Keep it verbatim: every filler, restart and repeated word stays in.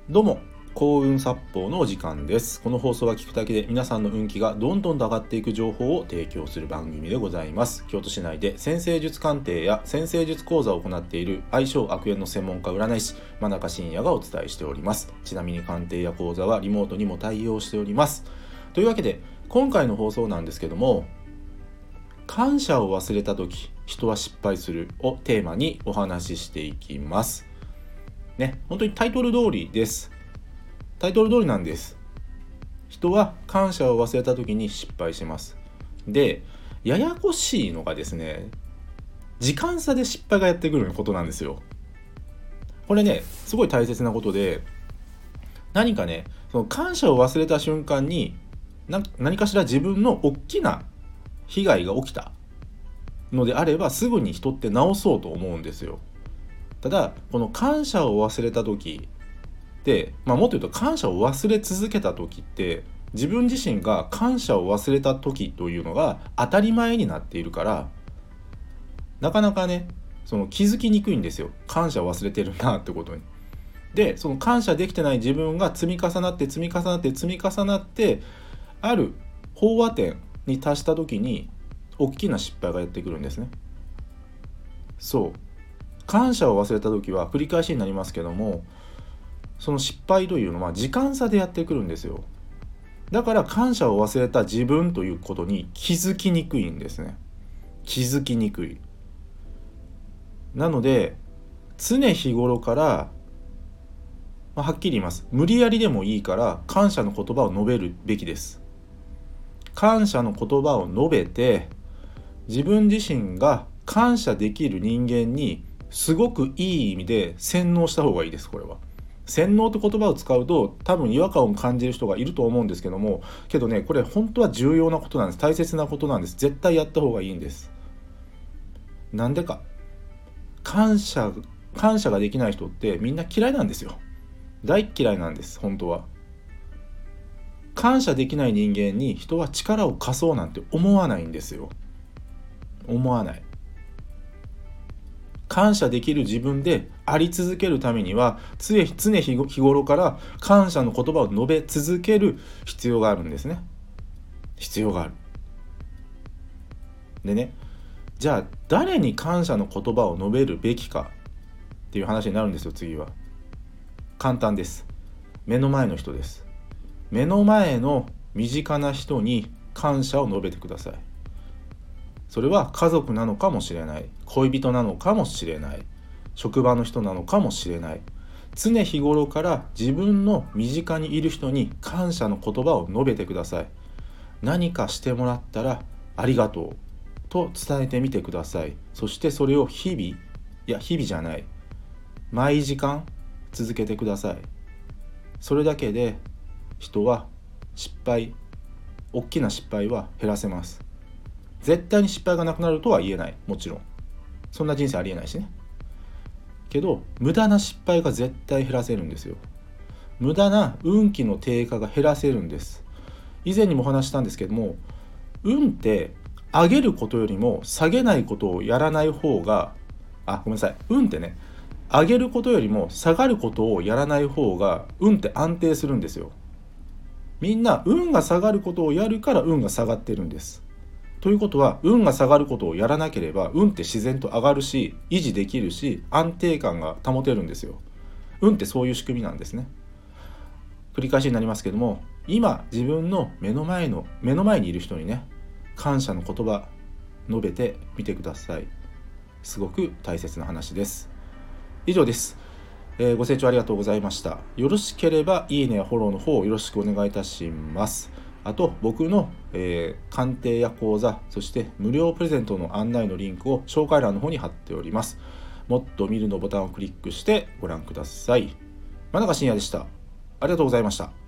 どうも、幸運殺法のお時間です。この放送は聞くだけで皆さんの運気がどんどんと上がっていく情報を提供する番組でございます。京都市内で占星術鑑定や占星術講座を行っている相性悪縁の専門家占い師真中信也がお伝えしております。ちなみに鑑定や講座はリモートにも対応しております。というわけで今回の放送なんですけども、感謝を忘れた時人は失敗するをテーマにお話ししていきますね。本当にタイトル通りです。タイトル通りなんです。人は感謝を忘れた時に失敗します。で、ややこしいのがですね、時間差で失敗がやってくることなんですよ。これね、すごい大切なことで、何かね、その感謝を忘れた瞬間にな何かしら自分の大きな被害が起きたのであれば、すぐに人って直そうと思うんですよ。ただ、この感謝を忘れた時で、まあ、もっと言うと感謝を忘れ続けた時って、自分自身が感謝を忘れた時というのが当たり前になっているから、なかなかね、その気づきにくいんですよ。感謝を忘れてるなってことに。で、その感謝できてない自分が積み重なって積み重なって積み重なって、ある飽和点に達した時に大きな失敗がやってくるんですね。そう。感謝を忘れた時は繰り返しになりますけども、その失敗というのは時間差でやってくるんですよ。だから感謝を忘れた自分ということに気づきにくいんですね。気づきにくい。なので常日頃から、まあ、はっきり言います。無理やりでもいいから感謝の言葉を述べるべきです。感謝の言葉を述べて、自分自身が感謝できる人間にすごくいい意味で洗脳した方がいいです。これは洗脳って言葉を使うと多分違和感を感じる人がいると思うんですけども、けどね、これ本当は重要なことなんです。大切なことなんです。絶対やった方がいいんです。なんでか、感謝感謝ができない人ってみんな嫌いなんですよ。大嫌いなんです。本当は感謝できない人間に人は力を貸そうなんて思わないんですよ。思わない。感謝できる自分であり続けるためには、常日頃から感謝の言葉を述べ続ける必要があるんですね。必要がある。でね、じゃあ誰に感謝の言葉を述べるべきかっていう話になるんですよ。次は簡単です。目の前の人です。目の前の身近な人に感謝を述べてください。それは家族なのかもしれない、恋人なのかもしれない、職場の人なのかもしれない。常日頃から自分の身近にいる人に感謝の言葉を述べてください。何かしてもらったらありがとうと伝えてみてください。そしてそれを日々、いや日々じゃない、毎時間続けてください。それだけで人は失敗、大きな失敗は減らせます。絶対に失敗がなくなるとは言えない。もちろんそんな人生ありえないしね。けど無駄な失敗が絶対減らせるんですよ。無駄な運気の低下が減らせるんです。以前にもお話したんですけども、運って上げることよりも下げないことをやらない方が、あ、ごめんなさい、運ってね、上げることよりも下がることをやらない方が運って安定するんですよ。みんな運が下がることをやるから運が下がってるんです。ということは、運が下がることをやらなければ運って自然と上がるし、維持できるし、安定感が保てるんですよ。運ってそういう仕組みなんですね。繰り返しになりますけども、今自分の目の前の目の前にいる人にね、感謝の言葉述べてみてください。すごく大切な話です。以上です。えー、ご清聴ありがとうございました。よろしければいいねやフォローの方よろしくお願いいたします。あと僕の、えー、鑑定や講座、そして無料プレゼントの案内のリンクを紹介欄の方に貼っております。もっと見るのボタンをクリックしてご覧ください。真中信也でした。ありがとうございました。